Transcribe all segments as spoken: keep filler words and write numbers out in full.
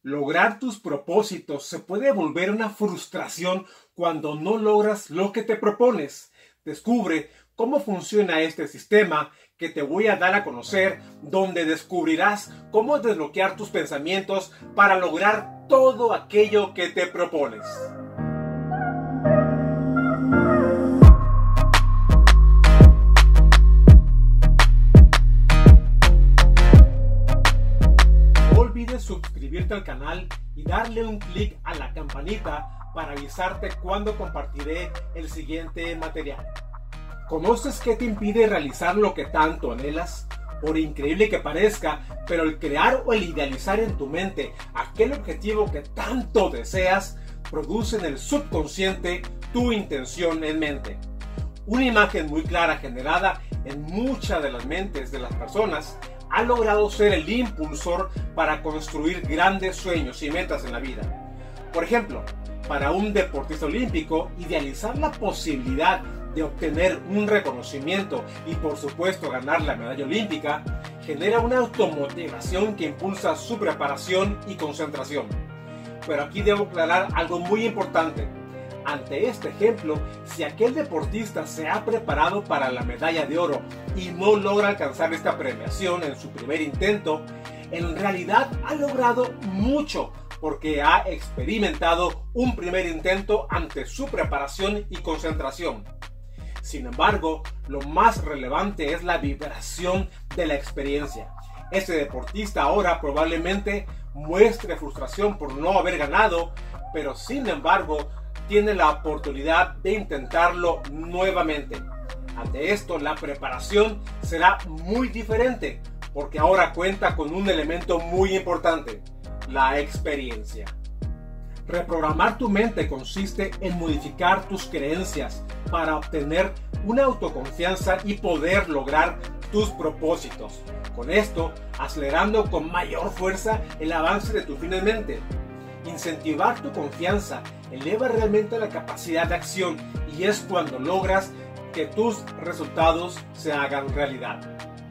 Lograr tus propósitos se puede volver una frustración cuando no logras lo que te propones. Descubre cómo funciona este sistema que te voy a dar a conocer, donde descubrirás cómo desbloquear tus pensamientos para lograr todo aquello que te propones. No olvides suscribirte al canal y darle un clic a la campanita para avisarte cuando compartiré el siguiente material. ¿Conoces qué te impide realizar lo que tanto anhelas? Por increíble que parezca, pero el crear o el idealizar en tu mente aquel objetivo que tanto deseas, produce en el subconsciente tu intención en mente. Una imagen muy clara generada en muchas de las mentes de las personas ha logrado ser el impulsor para construir grandes sueños y metas en la vida. Por ejemplo, para un deportista olímpico, idealizar la posibilidad de obtener un reconocimiento y por supuesto ganar la medalla olímpica genera una automotivación que impulsa su preparación y concentración. Pero aquí debo aclarar algo muy importante. Ante este ejemplo, si aquel deportista se ha preparado para la medalla de oro y no logra alcanzar esta premiación en su primer intento, en realidad ha logrado mucho porque ha experimentado un primer intento ante su preparación y concentración. Sin embargo, lo más relevante es la vibración de la experiencia. Este deportista ahora probablemente muestre frustración por no haber ganado, pero sin embargo tiene la oportunidad de intentarlo nuevamente. Ante esto, la preparación será muy diferente, porque ahora cuenta con un elemento muy importante: la experiencia. Reprogramar tu mente consiste en modificar tus creencias para obtener una autoconfianza y poder lograr tus propósitos. Con esto, acelerando con mayor fuerza el avance de tu fin en mente. Incentivar tu confianza eleva realmente la capacidad de acción y es cuando logras que tus resultados se hagan realidad.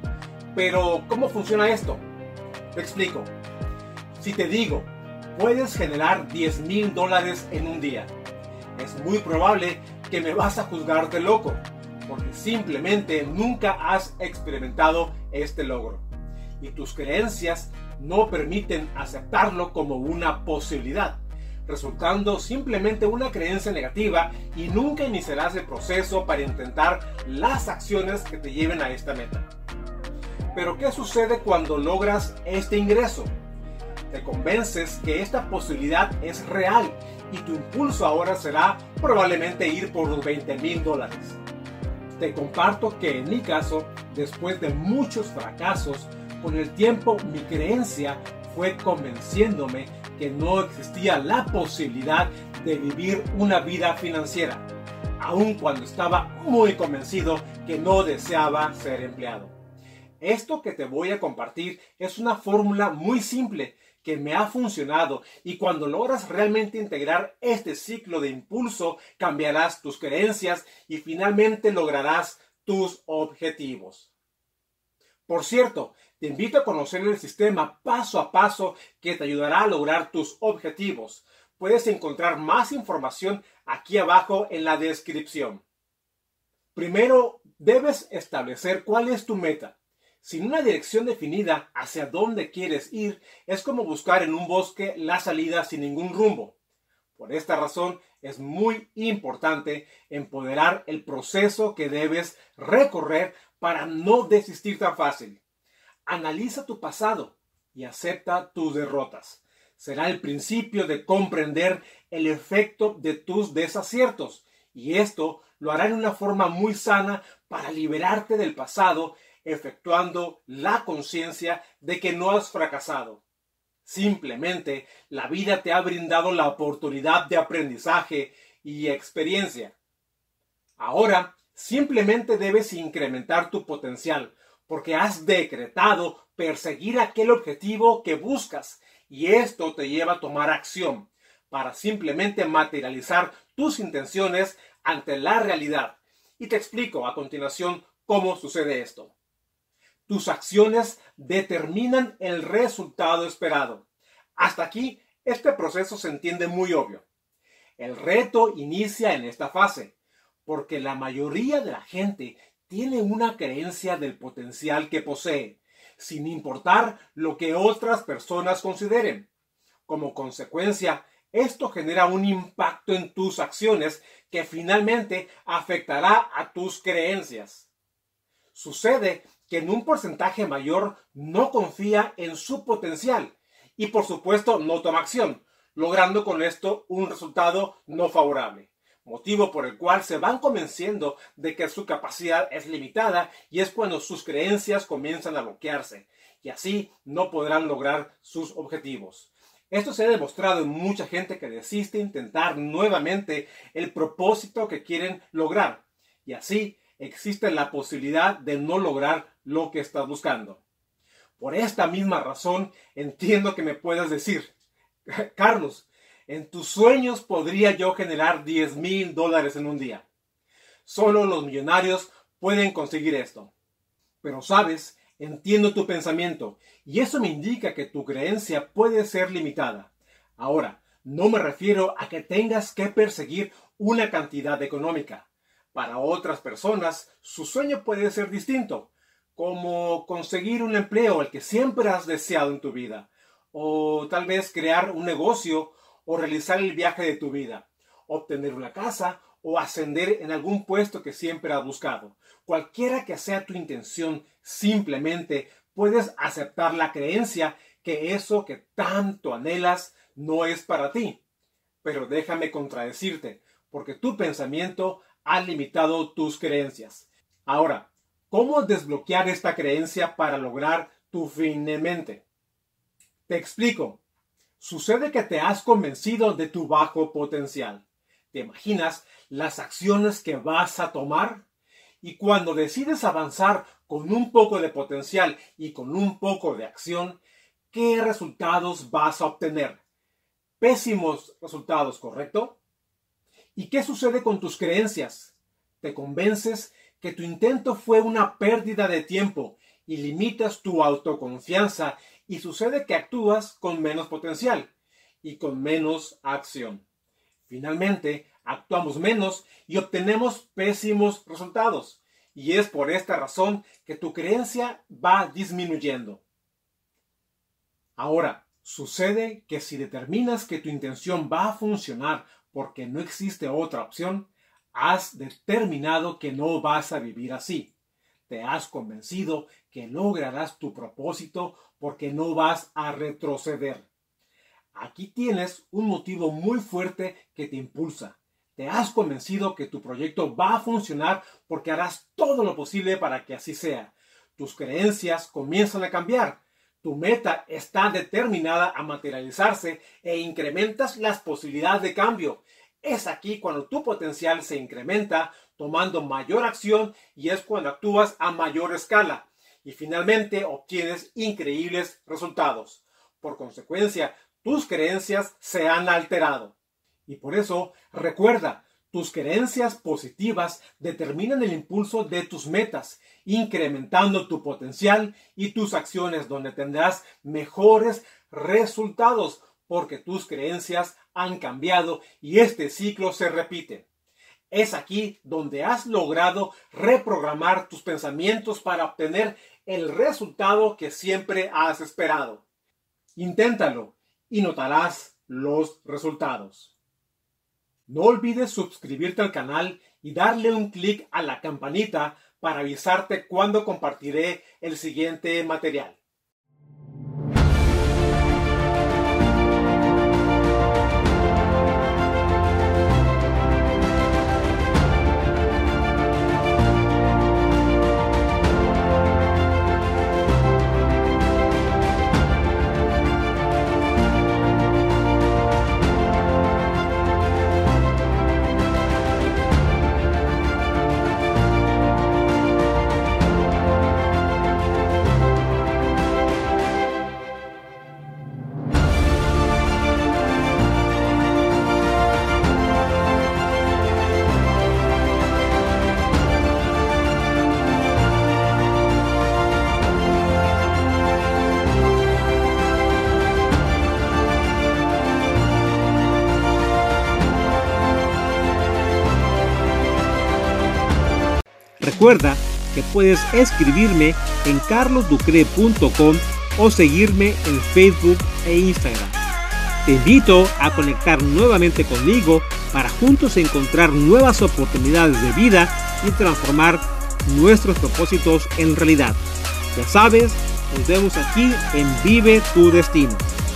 Pero, ¿cómo funciona esto? Te explico. Si te digo, puedes generar diez mil dólares en un día, es muy probable que me vas a juzgar de loco, porque simplemente nunca has experimentado este logro. Y tus creencias no permiten aceptarlo como una posibilidad, resultando simplemente una creencia negativa y nunca iniciarás el proceso para intentar las acciones que te lleven a esta meta. Pero ¿qué sucede cuando logras este ingreso? Te convences que esta posibilidad es real y tu impulso ahora será probablemente ir por los veinte mil dólares. Te comparto que en mi caso, después de muchos fracasos, con el tiempo mi creencia fue convenciéndome que no existía la posibilidad de vivir una vida financiera, aun cuando estaba muy convencido que no deseaba ser empleado. Esto que te voy a compartir es una fórmula muy simple que me ha funcionado, y cuando logras realmente integrar este ciclo de impulso, cambiarás tus creencias y finalmente lograrás tus objetivos. Por cierto, te invito a conocer el sistema paso a paso que te ayudará a lograr tus objetivos. Puedes encontrar más información aquí abajo en la descripción. Primero, debes establecer cuál es tu meta. Sin una dirección definida hacia dónde quieres ir, es como buscar en un bosque la salida sin ningún rumbo. Por esta razón, es muy importante empoderar el proceso que debes recorrer para no desistir tan fácil. Analiza tu pasado y acepta tus derrotas. Será el principio de comprender el efecto de tus desaciertos, y esto lo hará en una forma muy sana para liberarte del pasado, efectuando la conciencia de que no has fracasado. Simplemente, la vida te ha brindado la oportunidad de aprendizaje y experiencia. Ahora, simplemente debes incrementar tu potencial, porque has decretado perseguir aquel objetivo que buscas, y esto te lleva a tomar acción para simplemente materializar tus intenciones ante la realidad. Y te explico a continuación cómo sucede esto. Tus acciones determinan el resultado esperado. Hasta aquí Este proceso se entiende muy obvio. El reto inicia en esta fase, porque la mayoría de la gente tiene una creencia del potencial que posee, sin importar lo que otras personas consideren. Como consecuencia, esto genera un impacto en tus acciones que finalmente afectará a tus creencias. Sucede que en un porcentaje mayor no confía en su potencial y por supuesto no toma acción, logrando con esto un resultado no favorable, motivo por el cual se van convenciendo de que su capacidad es limitada y es cuando sus creencias comienzan a bloquearse y así no podrán lograr sus objetivos. Esto se ha demostrado en mucha gente que desiste intentar nuevamente el propósito que quieren lograr y así existe la posibilidad de no lograr lo que estás buscando. Por esta misma razón entiendo que me puedas decir: Carlos, en tus sueños podría yo generar diez mil dólares en un día. Solo los millonarios pueden conseguir esto. Pero sabes, entiendo tu pensamiento y eso me indica que tu creencia puede ser limitada. Ahora, no me refiero a que tengas que perseguir una cantidad económica. Para otras personas, su sueño puede ser distinto, como conseguir un empleo el que siempre has deseado en tu vida, o tal vez crear un negocio o realizar el viaje de tu vida, obtener una casa o ascender en algún puesto que siempre has buscado. Cualquiera que sea tu intención, simplemente puedes aceptar la creencia que eso que tanto anhelas no es para ti. Pero déjame contradecirte, porque tu pensamiento ha limitado tus creencias. Ahora, ¿cómo desbloquear esta creencia para lograr tu fin en mente? Te explico. Sucede que te has convencido de tu bajo potencial. ¿Te imaginas las acciones que vas a tomar? Y cuando decides avanzar con un poco de potencial y con un poco de acción, ¿qué resultados vas a obtener? Pésimos resultados, ¿correcto? ¿Y qué sucede con tus creencias? Te convences que tu intento fue una pérdida de tiempo y limitas tu autoconfianza y sucede que actúas con menos potencial y con menos acción. Finalmente, actuamos menos y obtenemos pésimos resultados. Y es por esta razón que tu creencia va disminuyendo. Ahora, sucede que si determinas que tu intención va a funcionar porque no existe otra opción, has determinado que no vas a vivir así. Te has convencido que lograrás tu propósito porque no vas a retroceder. Aquí tienes un motivo muy fuerte que te impulsa. Te has convencido que tu proyecto va a funcionar porque harás todo lo posible para que así sea. Tus creencias comienzan a cambiar. Tu meta está determinada a materializarse e incrementas las posibilidades de cambio. Es aquí cuando tu potencial se incrementa tomando mayor acción y es cuando actúas a mayor escala. Y finalmente obtienes increíbles resultados. Por consecuencia, tus creencias se han alterado. Y por eso, recuerda, tus creencias positivas determinan el impulso de tus metas, incrementando tu potencial y tus acciones donde tendrás mejores resultados porque tus creencias han cambiado y este ciclo se repite. Es aquí donde has logrado reprogramar tus pensamientos para obtener el resultado que siempre has esperado. Inténtalo y notarás los resultados. No olvides suscribirte al canal y darle un clic a la campanita para avisarte cuando compartiré el siguiente material. Recuerda que puedes escribirme en carlos ducre punto com o seguirme en Facebook e Instagram. Te invito a conectar nuevamente conmigo para juntos encontrar nuevas oportunidades de vida y transformar nuestros propósitos en realidad. Ya sabes, nos vemos aquí en Vive tu Destino.